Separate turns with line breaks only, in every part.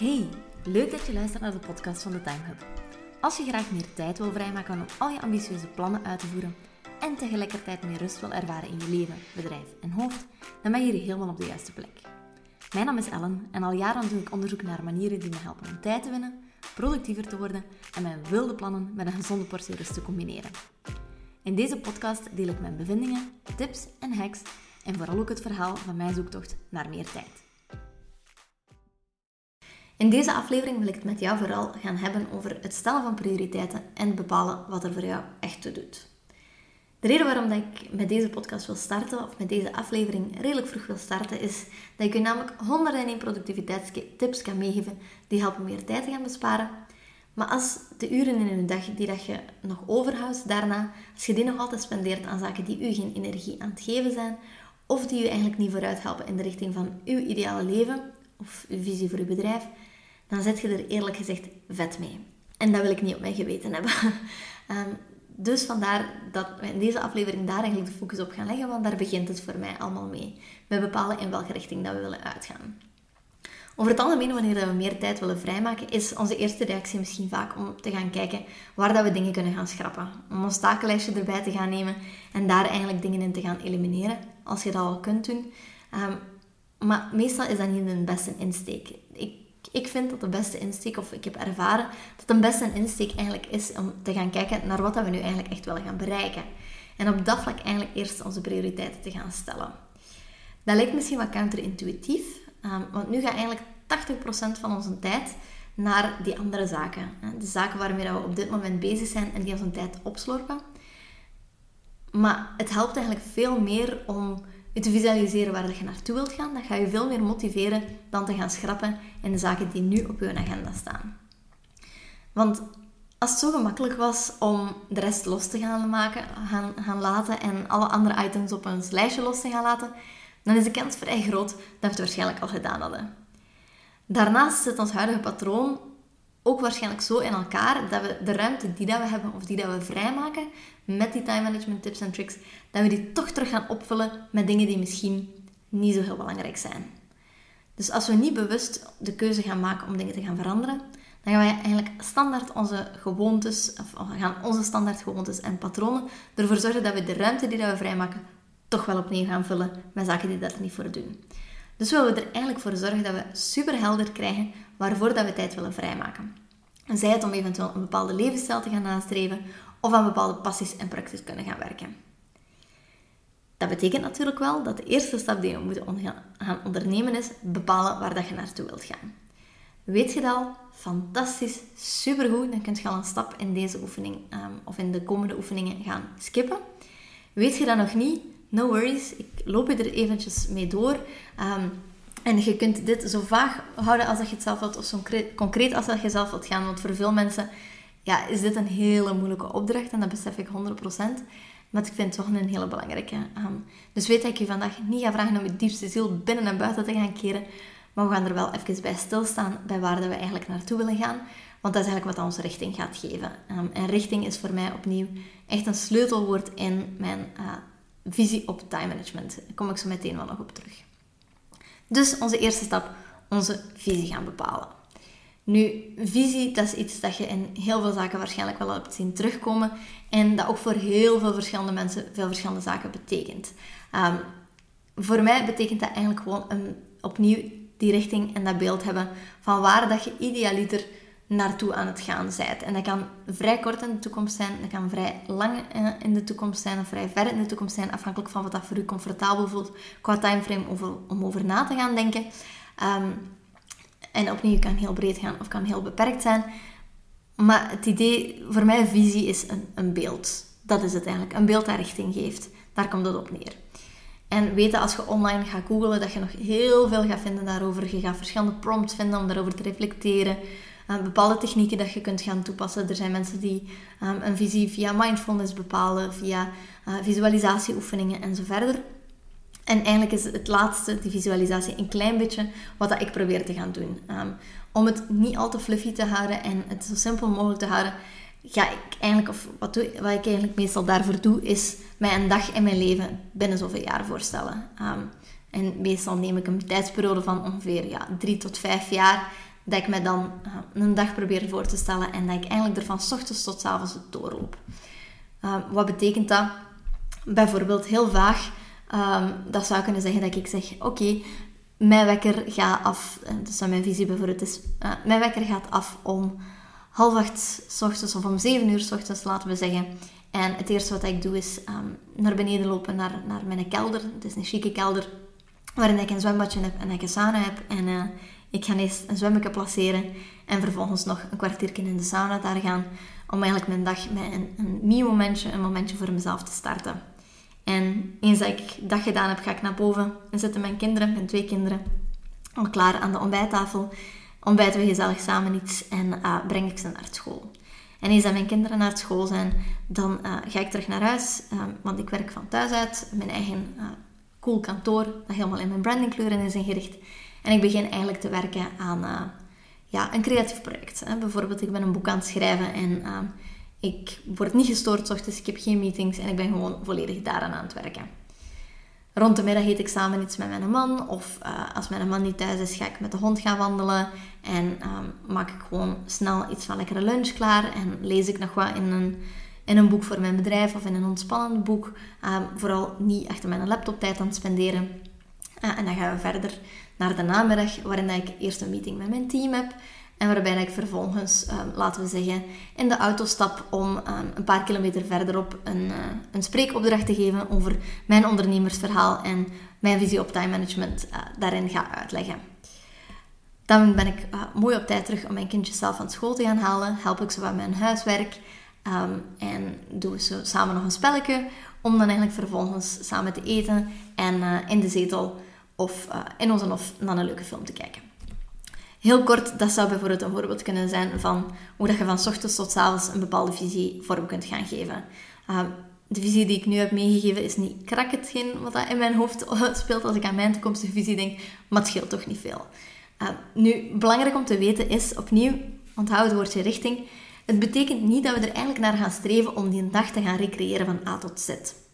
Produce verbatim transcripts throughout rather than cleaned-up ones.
Hey, leuk dat je luistert naar de podcast van de Time Hub. Als je graag meer tijd wil vrijmaken om al je ambitieuze plannen uit te voeren en tegelijkertijd meer rust wil ervaren in je leven, bedrijf en hoofd, dan ben je hier helemaal op de juiste plek. Mijn naam is Ellen en al jaren doe ik onderzoek naar manieren die me helpen om tijd te winnen, productiever te worden en mijn wilde plannen met een gezonde portie rust te combineren. In deze podcast deel ik mijn bevindingen, tips en hacks en vooral ook het verhaal van mijn zoektocht naar meer tijd. In deze aflevering wil ik het met jou vooral gaan hebben over het stellen van prioriteiten en bepalen wat er voor jou echt toe doet. De reden waarom dat ik met deze podcast wil starten, of met deze aflevering redelijk vroeg wil starten, is dat ik je namelijk honderdéén productiviteitstips kan meegeven die helpen meer tijd te gaan besparen. Maar als de uren in een dag die dat je nog overhoudt daarna, als je die nog altijd spendeert aan zaken die u geen energie aan het geven zijn, of die u eigenlijk niet vooruit helpen in de richting van uw ideale leven, of uw visie voor uw bedrijf, dan zet je er eerlijk gezegd vet mee. En dat wil ik niet op mijn geweten hebben. um, dus vandaar dat we in deze aflevering daar eigenlijk de focus op gaan leggen, want daar begint het voor mij allemaal mee. We bepalen in welke richting dat we willen uitgaan. Over het algemeen, wanneer we meer tijd willen vrijmaken, is onze eerste reactie misschien vaak om te gaan kijken waar dat we dingen kunnen gaan schrappen. Om ons takenlijstje erbij te gaan nemen en daar eigenlijk dingen in te gaan elimineren, als je dat al kunt doen. Um, maar meestal is dat niet een beste insteek. Ik, ik vind dat de beste insteek, of ik heb ervaren, dat de beste insteek eigenlijk is om te gaan kijken naar wat dat we nu eigenlijk echt willen gaan bereiken. En op dat vlak eigenlijk eerst onze prioriteiten te gaan stellen. Dat lijkt misschien wat counterintuïtief, um, want nu gaat eigenlijk tachtig procent van onze tijd naar die andere zaken. Hè? De zaken waarmee we op dit moment bezig zijn en die onze tijd opslorpen. Maar het helpt eigenlijk veel meer om je te visualiseren waar je naartoe wilt gaan. Dat gaat je veel meer motiveren dan te gaan schrappen in de zaken die nu op je agenda staan. Want als het zo gemakkelijk was om de rest los te gaan, maken, gaan, gaan laten en alle andere items op een lijstje los te gaan laten, dan is de kans vrij groot dat we het waarschijnlijk al gedaan hadden. Daarnaast zit ons huidige patroon ook waarschijnlijk zo in elkaar dat we de ruimte die dat we hebben of die dat we vrijmaken met die time management tips en tricks, dat we die toch terug gaan opvullen met dingen die misschien niet zo heel belangrijk zijn. Dus als we niet bewust de keuze gaan maken om dingen te gaan veranderen, dan gaan wij eigenlijk standaard onze gewoontes, of gaan onze standaard gewoontes en patronen ervoor zorgen dat we de ruimte die dat we vrijmaken toch wel opnieuw gaan vullen met zaken die dat er niet voor doen. Dus willen we er eigenlijk voor zorgen dat we super helder krijgen waarvoor dat we tijd willen vrijmaken. En zij het om eventueel een bepaalde levensstijl te gaan nastreven of aan bepaalde passies en projecten te kunnen gaan werken. Dat betekent natuurlijk wel dat de eerste stap die we moeten gaan ondernemen is bepalen waar dat je naartoe wilt gaan. Weet je dat al? Fantastisch, supergoed. Dan kun je al een stap in deze oefening um, of in de komende oefeningen gaan skippen. Weet je dat nog niet? No worries, ik loop je er eventjes mee door. Um, en je kunt dit zo vaag houden als dat je het zelf wilt, of zo concreet als dat je zelf wilt gaan. Want voor veel mensen ja, is dit een hele moeilijke opdracht en dat besef ik honderd procent. Maar ik vind het toch een hele belangrijke. Um, dus weet dat ik je vandaag niet ga vragen om je diepste ziel binnen en buiten te gaan keren. Maar we gaan er wel even bij stilstaan bij waar we eigenlijk naartoe willen gaan. Want dat is eigenlijk wat onze richting gaat geven. Um, en richting is voor mij opnieuw echt een sleutelwoord in mijn uh, visie op time management. Daar kom ik zo meteen wel nog op terug. Dus onze eerste stap, onze visie gaan bepalen. Nu, visie, dat is iets dat je in heel veel zaken waarschijnlijk wel hebt zien terugkomen. En dat ook voor heel veel verschillende mensen veel verschillende zaken betekent. Um, voor mij betekent dat eigenlijk gewoon een, opnieuw die richting en dat beeld hebben van waar dat je idealiter naartoe aan het gaan bent. En dat kan vrij kort in de toekomst zijn, dat kan vrij lang in de toekomst zijn of vrij ver in de toekomst zijn, afhankelijk van wat dat voor u comfortabel voelt qua timeframe over, om over na te gaan denken. Um, en opnieuw, kan heel breed gaan of kan heel beperkt zijn. Maar het idee, voor mij, visie is een, een beeld. Dat is het eigenlijk. Een beeld dat richting geeft. Daar komt het op neer. En weet dat als je online gaat googlen, dat je nog heel veel gaat vinden daarover. Je gaat verschillende prompts vinden om daarover te reflecteren. Uh, bepaalde technieken dat je kunt gaan toepassen. Er zijn mensen die um, een visie via mindfulness bepalen, via uh, visualisatieoefeningen en zo verder. En eigenlijk is het laatste, die visualisatie, een klein beetje wat dat ik probeer te gaan doen. Um, om het niet al te fluffy te houden en het zo simpel mogelijk te houden, ga ik eigenlijk, of wat, doe, wat ik eigenlijk meestal daarvoor doe, is mij een dag in mijn leven binnen zoveel jaar voorstellen. Um, en meestal neem ik een tijdsperiode van ongeveer ja, drie tot vijf jaar. dat ik me dan uh, een dag probeer voor te stellen en dat ik eigenlijk er van 's ochtends tot 's avonds doorloop. Uh, wat betekent dat? Bijvoorbeeld heel vaag, um, dat zou kunnen zeggen dat ik zeg, oké, okay, mijn wekker gaat af, dat zou mijn visie bijvoorbeeld is, uh, mijn wekker gaat af om half acht 's ochtends of om zeven uur 's ochtends, laten we zeggen. En het eerste wat ik doe is um, naar beneden lopen naar, naar mijn kelder. Het is een chique kelder waarin ik een zwembadje heb en ik een sauna heb. En uh, ik ga eerst een zwembadje placeren en vervolgens nog een kwartiertje in de sauna daar gaan. Om eigenlijk mijn dag met een, een me-momentje, een momentje voor mezelf te starten. En eens dat ik dat gedaan heb, ga ik naar boven en zitten mijn kinderen, mijn twee kinderen, al klaar aan de ontbijttafel. Ontbijten we gezellig samen iets en uh, breng ik ze naar school. En eens dat mijn kinderen naar school zijn, dan uh, ga ik terug naar huis. Uh, want ik werk van thuis uit. Mijn eigen uh, cool kantoor, dat helemaal in mijn brandingkleuren is ingericht. En ik begin eigenlijk te werken aan uh, ja, een creatief project. Hè. Bijvoorbeeld, ik ben een boek aan het schrijven en uh, ik word niet gestoord 's ochtends. Ik heb geen meetings en ik ben gewoon volledig daaraan aan het werken. Rond de middag eet ik samen iets met mijn man. Of uh, als mijn man niet thuis is, ga ik met de hond gaan wandelen. En um, maak ik gewoon snel iets van lekkere lunch klaar. En lees ik nog wat in een, in een boek voor mijn bedrijf of in een ontspannend boek. Um, vooral niet achter mijn laptop tijd aan het spenderen. Uh, en dan gaan we verder naar de namiddag, waarin ik eerst een meeting met mijn team heb. En waarbij ik vervolgens, um, laten we zeggen, in de auto stap om um, een paar kilometer verderop een, uh, een spreekopdracht te geven over mijn ondernemersverhaal en mijn visie op time management uh, daarin ga uitleggen. Dan ben ik uh, mooi op tijd terug om mijn kindjes zelf van school te gaan halen. Help ik ze wat met hun huiswerk um, en doen we zo samen nog een spelletje om dan eigenlijk vervolgens samen te eten en uh, in de zetel of uh, in onze hof naar een leuke film te kijken. Heel kort, dat zou bijvoorbeeld een voorbeeld kunnen zijn van hoe dat je van 's ochtends tot 's avonds een bepaalde visie vorm kunt gaan geven. Uh, de visie die ik nu heb meegegeven is niet krak hetgeen wat dat in mijn hoofd speelt als ik aan mijn toekomstige visie denk, maar het scheelt toch niet veel. Uh, nu, belangrijk om te weten is, opnieuw, onthoud het woordje richting. Het betekent niet dat we er eigenlijk naar gaan streven om die dag te gaan recreëren van A tot Z.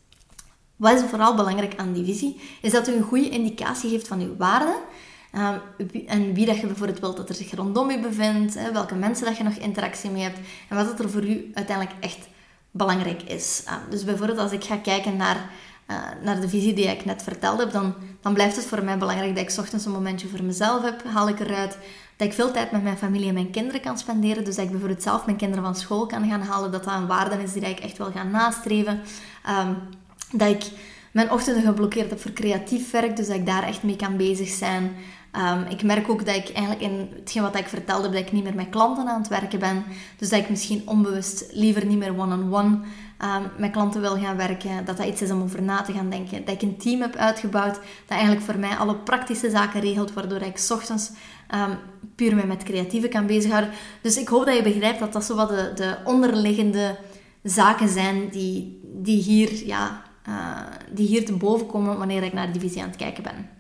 Wat is vooral belangrijk aan die visie? Is dat u een goede indicatie geeft van uw waarden. Um, en wie dat je bijvoorbeeld wilt dat er zich rondom je bevindt, hè, welke mensen dat je nog interactie mee hebt en wat dat er voor u uiteindelijk echt belangrijk is. Um, dus bijvoorbeeld als ik ga kijken naar, uh, naar de visie die ik net verteld heb, dan, dan blijft het voor mij belangrijk dat ik 's ochtends een momentje voor mezelf heb, haal ik eruit, dat ik veel tijd met mijn familie en mijn kinderen kan spenderen, dus dat ik bijvoorbeeld zelf mijn kinderen van school kan gaan halen, dat dat een waarde is die ik echt wil gaan nastreven. Um, dat ik mijn ochtenden geblokkeerd heb voor creatief werk, dus dat ik daar echt mee kan bezig zijn. Um, ik merk ook dat ik eigenlijk in hetgeen wat ik vertelde heb, dat ik niet meer met klanten aan het werken ben. Dus dat ik misschien onbewust liever niet meer one-on-one um, met klanten wil gaan werken. Dat dat iets is om over na te gaan denken. Dat ik een team heb uitgebouwd dat eigenlijk voor mij alle praktische zaken regelt, waardoor ik 's ochtends um, puur me met creatieve kan bezighouden. Dus ik hoop dat je begrijpt dat dat zo wat de, de onderliggende zaken zijn die, die, hier, ja, uh, die hier te boven komen wanneer ik naar die visie aan het kijken ben.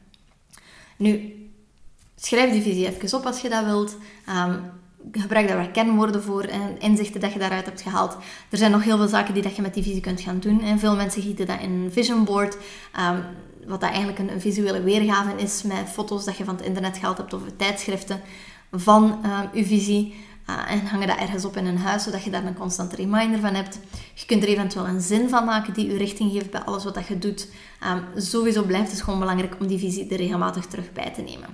Nu, schrijf die visie even op als je dat wilt. Um, gebruik daar wat kenwoorden voor en inzichten dat je daaruit hebt gehaald. Er zijn nog heel veel zaken die dat je met die visie kunt gaan doen. En veel mensen gieten dat in een vision board, um, wat dat eigenlijk een, een visuele weergave is met foto's dat je van het internet gehaald hebt of tijdschriften van um, je visie. Uh, en hangen dat ergens op in een huis, zodat je daar een constante reminder van hebt. Je kunt er eventueel een zin van maken die je richting geeft bij alles wat dat je doet. Um, sowieso blijft het gewoon belangrijk om die visie er regelmatig terug bij te nemen.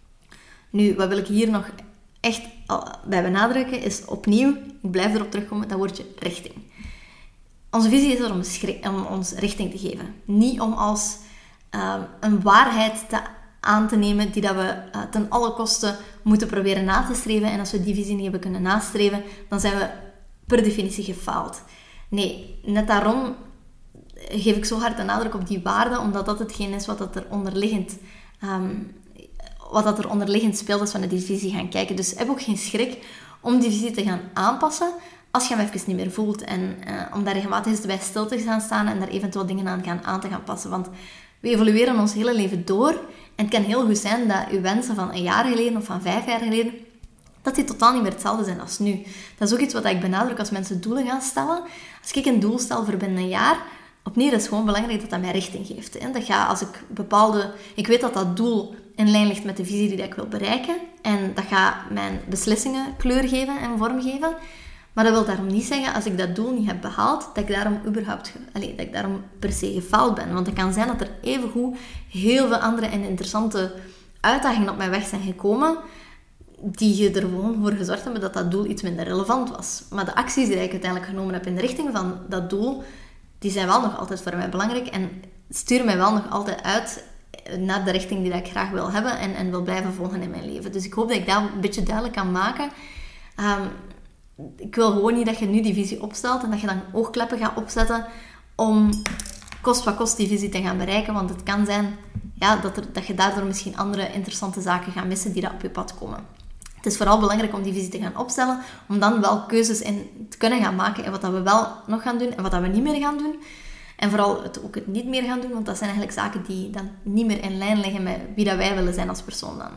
Nu, wat wil ik hier nog echt bij benadrukken, is opnieuw, ik blijf erop terugkomen, dat woordje richting. Onze visie is er om, schri- om ons richting te geven. Niet om als um, een waarheid te, aan te nemen die dat we uh, ten alle kosten moeten proberen na te streven. En als we die visie niet hebben kunnen nastreven, dan zijn we per definitie gefaald. Nee, net daarom geef ik zo hard de nadruk op die waarde, omdat dat hetgeen is wat dat er onderliggend um, wat dat er onderliggend speelt als we naar die visie gaan kijken. Dus heb ook geen schrik om die visie te gaan aanpassen als je hem even niet meer voelt. En uh, om daar regelmatig eens bij stil te gaan staan en daar eventueel dingen aan, gaan, aan te gaan passen. Want we evolueren ons hele leven door. En het kan heel goed zijn dat uw wensen van een jaar geleden of van vijf jaar geleden, dat die totaal niet meer hetzelfde zijn als nu. Dat is ook iets wat ik benadruk als mensen doelen gaan stellen. Als ik een doel stel voor binnen een jaar, opnieuw is het gewoon belangrijk dat dat mij richting geeft. Hè. Dat ga, als ik bepaalde... Ik weet dat dat doel in lijn ligt met de visie die ik wil bereiken. En dat gaat mijn beslissingen kleur geven en vorm geven. Maar dat wil daarom niet zeggen, als ik dat doel niet heb behaald, dat ik daarom überhaupt, allez, dat ik daarom per se gefaald ben. Want het kan zijn dat er evengoed heel veel andere en interessante uitdagingen op mijn weg zijn gekomen, die er gewoon voor gezorgd hebben dat dat doel iets minder relevant was. Maar de acties die ik uiteindelijk genomen heb in de richting van dat doel, die zijn wel nog altijd voor mij belangrijk en sturen mij wel nog altijd uit naar de richting die ik graag wil hebben en, en wil blijven volgen in mijn leven. Dus ik hoop dat ik dat een beetje duidelijk kan maken. Um, ik wil gewoon niet dat je nu die visie opstelt en dat je dan oogkleppen gaat opzetten om kost wat kost die visie te gaan bereiken. Want het kan zijn ja, dat, er, dat je daardoor misschien andere interessante zaken gaat missen die dat op je pad komen. Het is vooral belangrijk om die visie te gaan opstellen, om dan wel keuzes in te kunnen gaan maken en wat dat we wel nog gaan doen en wat dat we niet meer gaan doen. En vooral het, ook het niet meer gaan doen, want dat zijn eigenlijk zaken die dan niet meer in lijn liggen met wie dat wij willen zijn als persoon dan.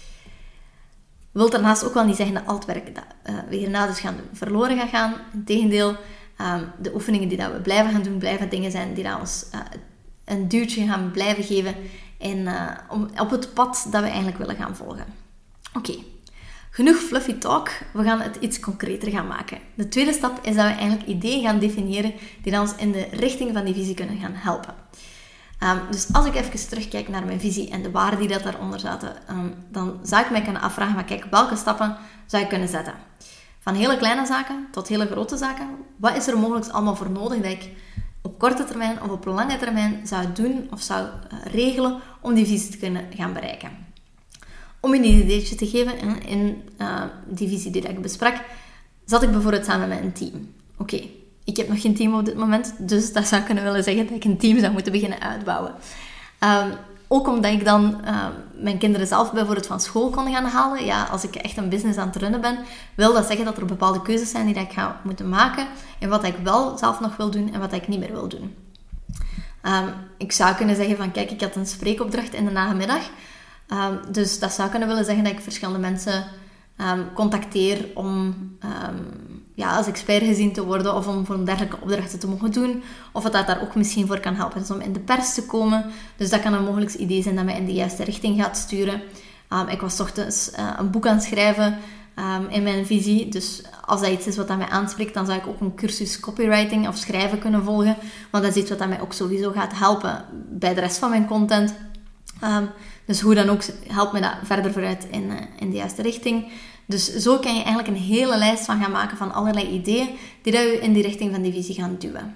Wil daarnaast ook wel niet zeggen dat al het werk dat uh, we hierna dus gaan doen verloren gaat gaan. Integendeel, um, de oefeningen die dat we blijven gaan doen, blijven dingen zijn die dat ons uh, een duwtje gaan blijven geven in, uh, om, op het pad dat we eigenlijk willen gaan volgen. Oké, okay. Genoeg fluffy talk. We gaan het iets concreter gaan maken. De tweede stap is dat we eigenlijk ideeën gaan definiëren die ons in de richting van die visie kunnen gaan helpen. Um, dus als ik even terugkijk naar mijn visie en de waarden die dat daaronder zaten, um, dan zou ik mij kunnen afvragen, maar kijk, welke stappen zou ik kunnen zetten? Van hele kleine zaken tot hele grote zaken. Wat is er mogelijk allemaal voor nodig dat ik op korte termijn of op lange termijn zou doen of zou uh, regelen om die visie te kunnen gaan bereiken? Om je een ideetje te geven, in uh, die visie die ik besprak, zat ik bijvoorbeeld samen met een team. Oké. Okay. Ik heb nog geen team op dit moment, dus dat zou ik kunnen willen zeggen dat ik een team zou moeten beginnen uitbouwen. Um, ook omdat ik dan uh, mijn kinderen zelf bijvoorbeeld van school kon gaan halen. Ja, als ik echt een business aan het runnen ben, wil dat zeggen dat er bepaalde keuzes zijn die dat ik ga moeten maken en wat ik wel zelf nog wil doen en wat ik niet meer wil doen. Um, ik zou kunnen zeggen van, kijk, ik had een spreekopdracht in de namiddag. Um, dus dat zou kunnen willen zeggen dat ik verschillende mensen um, contacteer om um, ja, als expert gezien te worden of om voor een dergelijke opdrachten te mogen doen. Of wat dat daar ook misschien voor kan helpen. Dus om in de pers te komen. Dus dat kan een mogelijk idee zijn dat mij in de juiste richting gaat sturen. Um, ik was 's ochtends uh, een boek aan het schrijven um, in mijn visie. Dus als dat iets is wat dat mij aanspreekt, dan zou ik ook een cursus copywriting of schrijven kunnen volgen. Want dat is iets wat dat mij ook sowieso gaat helpen bij de rest van mijn content. Um, dus hoe dan ook helpt mij dat verder vooruit in, uh, in de juiste richting. Dus zo kan je eigenlijk een hele lijst van gaan maken van allerlei ideeën die dat je in die richting van die visie gaan duwen.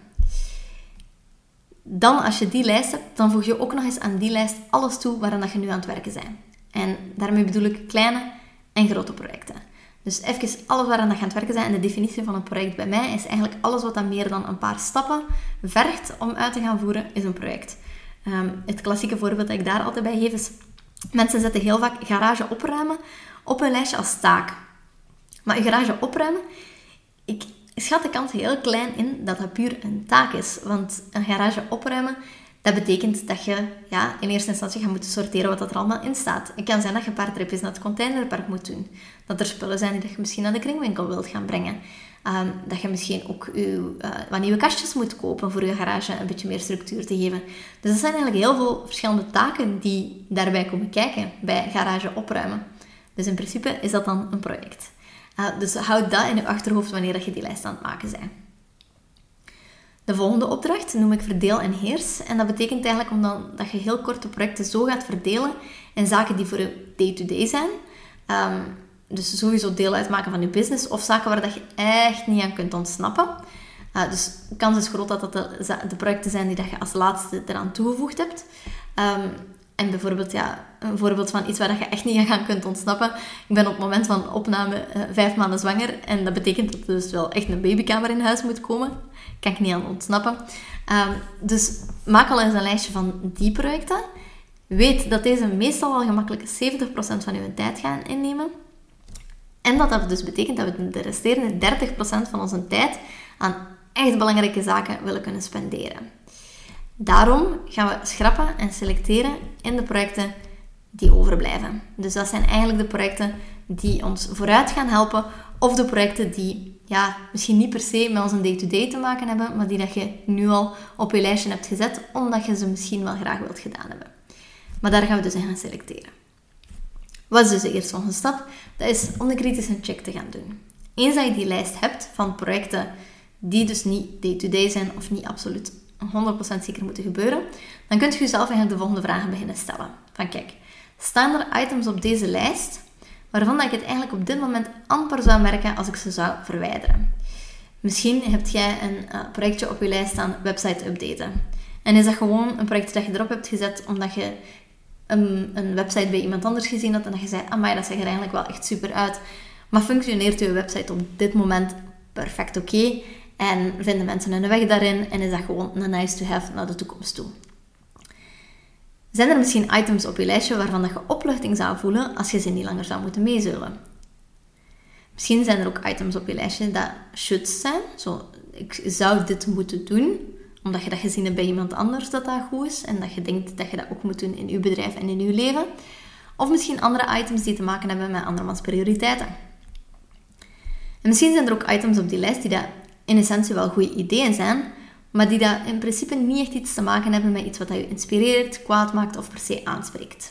Dan, als je die lijst hebt, dan voeg je ook nog eens aan die lijst alles toe waarin dat je nu aan het werken bent. En daarmee bedoel ik kleine en grote projecten. Dus even alles waarin dat je aan het werken bent. En de definitie van een project bij mij is eigenlijk alles wat dan meer dan een paar stappen vergt om uit te gaan voeren, is een project. Um, het klassieke voorbeeld dat ik daar altijd bij geef is, mensen zetten heel vaak garage opruimen op een lijstje als taak. Maar een garage opruimen, ik schat de kans heel klein in dat dat puur een taak is. Want een garage opruimen, dat betekent dat je ja, in eerste instantie gaat moeten sorteren wat er allemaal in staat. Het kan zijn dat je een paar tripjes naar het containerpark moet doen. Dat er spullen zijn die je misschien naar de kringwinkel wilt gaan brengen. Um, dat je misschien ook je, uh, wat nieuwe kastjes moet kopen voor je garage een beetje meer structuur te geven. Dus dat zijn eigenlijk heel veel verschillende taken die daarbij komen kijken bij garage opruimen. Dus in principe is dat dan een project. Uh, dus houd dat in je achterhoofd wanneer je die lijst aan het maken bent. De volgende opdracht noem ik verdeel en heers. En dat betekent eigenlijk omdat dat je heel korte projecten zo gaat verdelen in zaken die voor je day-to-day zijn. Um, dus sowieso deel uitmaken van je business of zaken waar dat je echt niet aan kunt ontsnappen. Uh, dus de kans is groot dat dat de, de projecten zijn die dat je als laatste eraan toegevoegd hebt. Um, En bijvoorbeeld, ja, een voorbeeld van iets waar je echt niet aan kunt ontsnappen. Ik ben op het moment van opname uh, vijf maanden zwanger. En dat betekent dat er dus wel echt een babykamer in huis moet komen. Kan ik niet aan ontsnappen. Um, dus maak al eens een lijstje van die projecten. Weet dat deze meestal wel gemakkelijk zeventig procent van je tijd gaan innemen. En dat dat dus betekent dat we de resterende dertig procent van onze tijd aan echt belangrijke zaken willen kunnen spenderen. Daarom gaan we schrappen en selecteren in de projecten die overblijven. Dus dat zijn eigenlijk de projecten die ons vooruit gaan helpen, of de projecten die ja, misschien niet per se met onze day-to-day te maken hebben, maar die dat je nu al op je lijstje hebt gezet, omdat je ze misschien wel graag wilt gedaan hebben. Maar daar gaan we dus in gaan selecteren. Wat is dus de eerstvolgende stap? Dat is om de kritische check te gaan doen. Eens dat je die lijst hebt van projecten die dus niet day-to-day zijn of niet absoluut honderd procent zeker moeten gebeuren, dan kunt je jezelf eigenlijk de volgende vragen beginnen stellen. Van kijk, staan er items op deze lijst waarvan dat ik het eigenlijk op dit moment amper zou merken als ik ze zou verwijderen? Misschien heb jij een uh, projectje op je lijst staan, website updaten. En is dat gewoon een project dat je erop hebt gezet omdat je een, een website bij iemand anders gezien had en dat je zei, amai, dat ziet er eigenlijk wel echt super uit. Maar functioneert je website op dit moment perfect oké? Okay? En vinden mensen een weg daarin? En is dat gewoon een nice to have naar de toekomst toe? Zijn er misschien items op je lijstje waarvan dat je opluchting zou voelen als je ze niet langer zou moeten meezeulen? Misschien zijn er ook items op je lijstje dat shoulds zijn. Zo, ik zou dit moeten doen, omdat je dat gezien hebt bij iemand anders dat dat goed is. En dat je denkt dat je dat ook moet doen in je bedrijf en in je leven. Of misschien andere items die te maken hebben met andermans prioriteiten. En misschien zijn er ook items op die lijst die dat in essentie wel goede ideeën zijn, maar die dat in principe niet echt iets te maken hebben met iets wat je inspireert, kwaad maakt of per se aanspreekt.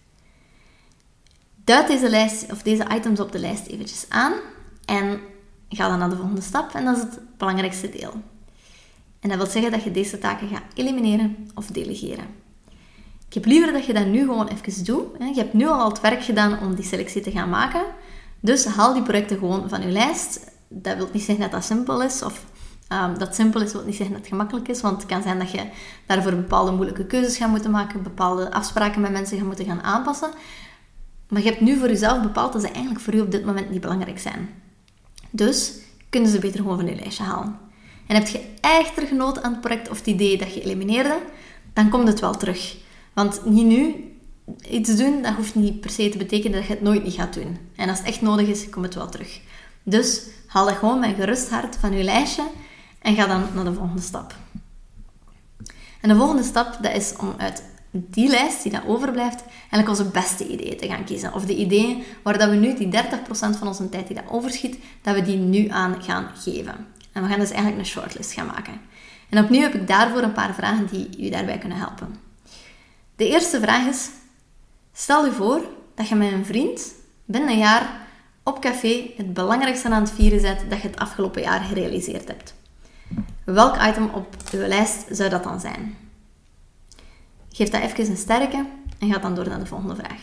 Duid deze lijst of deze items op de lijst eventjes aan en ga dan naar de volgende stap en dat is het belangrijkste deel. En dat wil zeggen dat je deze taken gaat elimineren of delegeren. Ik heb liever dat je dat nu gewoon even doet. Je hebt nu al het werk gedaan om die selectie te gaan maken, dus haal die projecten gewoon van je lijst. Dat wil niet zeggen dat dat simpel is, of um, dat simpel is wil niet zeggen dat het gemakkelijk is, want het kan zijn dat je daarvoor bepaalde moeilijke keuzes gaat moeten maken, bepaalde afspraken met mensen gaat moeten gaan aanpassen. Maar je hebt nu voor jezelf bepaald dat ze eigenlijk voor je op dit moment niet belangrijk zijn. Dus kunnen ze beter gewoon van je lijstje halen. En heb je echter genoten aan het project of het idee dat je elimineerde, dan komt het wel terug. Want niet nu iets doen, dat hoeft niet per se te betekenen dat je het nooit niet gaat doen. En als het echt nodig is, komt het wel terug. Dus haal dat gewoon met een gerust hart van je lijstje en ga dan naar de volgende stap. En de volgende stap, dat is om uit die lijst die dat overblijft, eigenlijk onze beste ideeën te gaan kiezen. Of de ideeën waar dat we nu die dertig procent van onze tijd die dat overschiet, dat we die nu aan gaan geven. En we gaan dus eigenlijk een shortlist gaan maken. En opnieuw heb ik daarvoor een paar vragen die u daarbij kunnen helpen. De eerste vraag is, stel je voor dat je met een vriend binnen een jaar op café het belangrijkste aan het vieren zet dat je het afgelopen jaar gerealiseerd hebt. Welk item op je lijst zou dat dan zijn? Geef dat even een sterke en ga dan door naar de volgende vraag.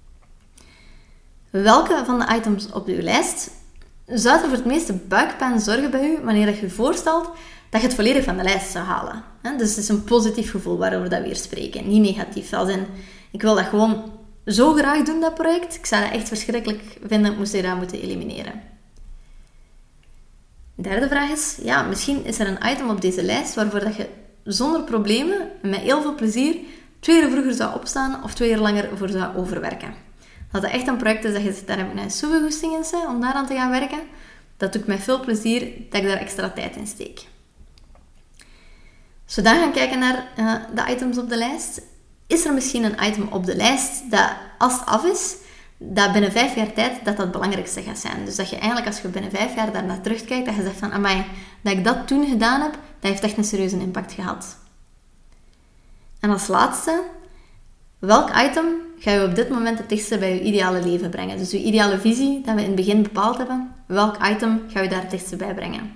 Welke van de items op je lijst zou er voor het meeste buikpijn zorgen bij u wanneer je je voorstelt dat je het volledig van de lijst zou halen? Dus het is een positief gevoel waarover dat we hier spreken, niet negatief. Als in, ik wil dat gewoon zo graag doen, dat project. Ik zou dat echt verschrikkelijk vinden, moest je dat moeten elimineren. De derde vraag is, ja, misschien is er een item op deze lijst waarvoor dat je zonder problemen, met heel veel plezier, twee uur vroeger zou opstaan of twee uur langer voor zou overwerken. Dat het echt een project is dat je zegt, daar heb ik nou zoveel goesting in om daaraan te gaan werken. Dat doe ik met veel plezier dat ik daar extra tijd in steek. Als we dan gaan kijken naar uh, de items op de lijst, is er misschien een item op de lijst dat, als het af is, dat binnen vijf jaar tijd dat dat het belangrijkste gaat zijn. Dus dat je eigenlijk, als je binnen vijf jaar daarnaar terugkijkt, dat je zegt van, amai, dat ik dat toen gedaan heb, dat heeft echt een serieuze impact gehad. En als laatste, welk item ga je op dit moment het dichtste bij je ideale leven brengen? Dus je ideale visie, dat we in het begin bepaald hebben, welk item ga je daar het dichtste bij brengen?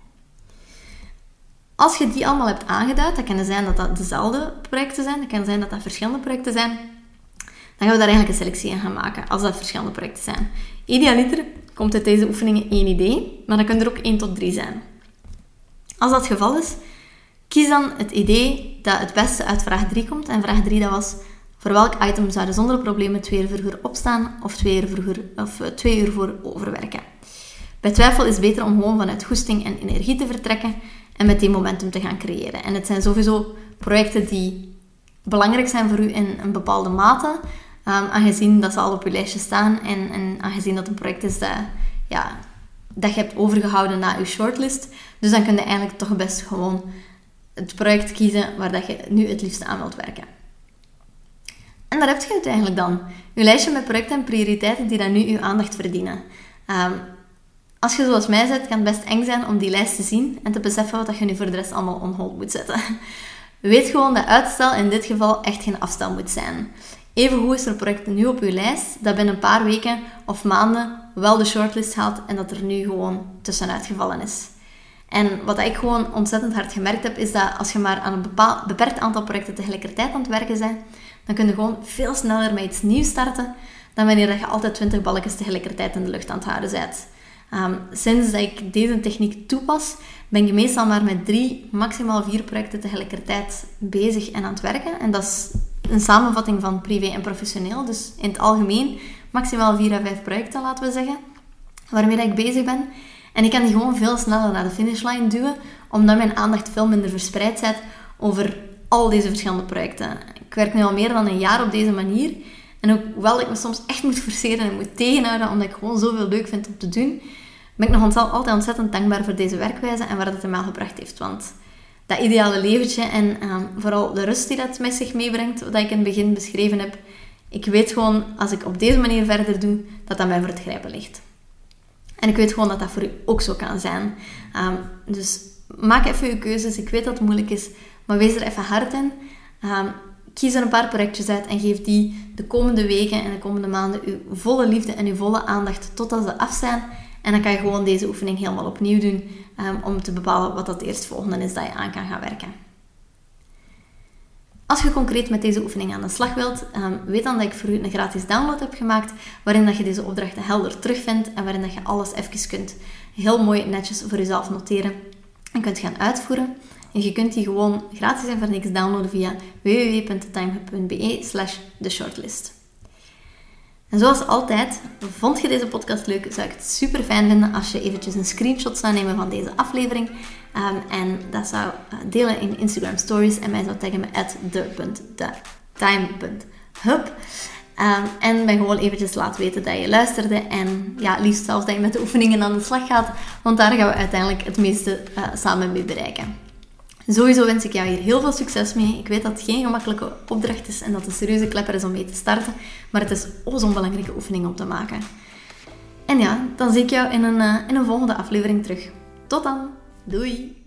Als je die allemaal hebt aangeduid, dat kan zijn dat dat dezelfde projecten zijn, dat kan zijn dat dat verschillende projecten zijn, dan gaan we daar eigenlijk een selectie in gaan maken, als dat verschillende projecten zijn. Idealiter komt uit deze oefeningen één idee, maar dan kunnen er ook één tot drie zijn. Als dat het geval is, kies dan het idee dat het beste uit vraag drie komt. En vraag drie, dat was, voor welk item zouden zonder problemen twee uur vroeger opstaan of twee uur, vroeger, of twee uur voor overwerken? Bij twijfel is het beter om gewoon vanuit goesting en energie te vertrekken en met die momentum te gaan creëren. En het zijn sowieso projecten die belangrijk zijn voor u in een bepaalde mate, um, aangezien dat ze al op je lijstje staan en, en aangezien dat een project is dat, ja, dat je hebt overgehouden na je shortlist. Dus dan kun je eigenlijk toch best gewoon het project kiezen waar dat je nu het liefste aan wilt werken. En daar heb je het eigenlijk dan. Je lijstje met projecten en prioriteiten die dan nu uw aandacht verdienen. Um, als je zoals mij bent, kan het best eng zijn om die lijst te zien en te beseffen wat je nu voor de rest allemaal on hold moet zetten. Weet gewoon dat uitstel in dit geval echt geen afstel moet zijn. Evengoed is er een project nu op je lijst dat binnen een paar weken of maanden wel de shortlist haalt en dat er nu gewoon tussenuit gevallen is. En wat ik gewoon ontzettend hard gemerkt heb, is dat als je maar aan een bepaald, beperkt aantal projecten tegelijkertijd aan het werken bent, dan kun je gewoon veel sneller met iets nieuws starten dan wanneer je altijd twintig balkjes tegelijkertijd in de lucht aan het houden bent. Um, sinds dat ik deze techniek toepas, ben ik meestal maar met drie, maximaal vier projecten tegelijkertijd bezig en aan het werken. En dat is een samenvatting van privé en professioneel. Dus in het algemeen maximaal vier à vijf projecten, laten we zeggen, waarmee ik bezig ben. En ik kan die gewoon veel sneller naar de finishlijn duwen, omdat mijn aandacht veel minder verspreid zit over al deze verschillende projecten. Ik werk nu al meer dan een jaar op deze manier. En hoewel ik me soms echt moet forceren en moet tegenhouden, omdat ik gewoon zoveel leuk vind om te doen, ben ik nog altijd ontzettend dankbaar voor deze werkwijze en waar dat mij gebracht heeft. Want dat ideale leventje en um, vooral de rust die dat met zich meebrengt, wat ik in het begin beschreven heb, ik weet gewoon, als ik op deze manier verder doe, dat dat mij voor het grijpen ligt. En ik weet gewoon dat dat voor u ook zo kan zijn. Um, dus maak even uw keuzes. Ik weet dat het moeilijk is, maar wees er even hard in. Um, kies er een paar projectjes uit en geef die de komende weken en de komende maanden uw volle liefde en uw volle aandacht totdat ze af zijn. En dan kan je gewoon deze oefening helemaal opnieuw doen um, om te bepalen wat dat eerstvolgende is dat je aan kan gaan werken. Als je concreet met deze oefening aan de slag wilt, um, weet dan dat ik voor u een gratis download heb gemaakt waarin dat je deze opdrachten helder terugvindt en waarin dat je alles even kunt heel mooi netjes voor jezelf noteren en kunt gaan uitvoeren. En je kunt die gewoon gratis en voor niks downloaden via w w w punt timehub punt b e slash de shortlist. En zoals altijd, vond je deze podcast leuk, zou ik het super fijn vinden als je eventjes een screenshot zou nemen van deze aflevering. Um, en dat zou delen in Instagram stories en mij zou taggen met at de punt time punt hub. Um, en mij gewoon eventjes laat weten dat je luisterde. En ja, liefst zelfs dat je met de oefeningen aan de slag gaat, want daar gaan we uiteindelijk het meeste uh, samen mee bereiken. Sowieso wens ik jou hier heel veel succes mee. Ik weet dat het geen gemakkelijke opdracht is en dat het een serieuze klepper is om mee te starten. Maar het is ook zo'n belangrijke oefening om te maken. En ja, dan zie ik jou in een, uh, in een volgende aflevering terug. Tot dan. Doei!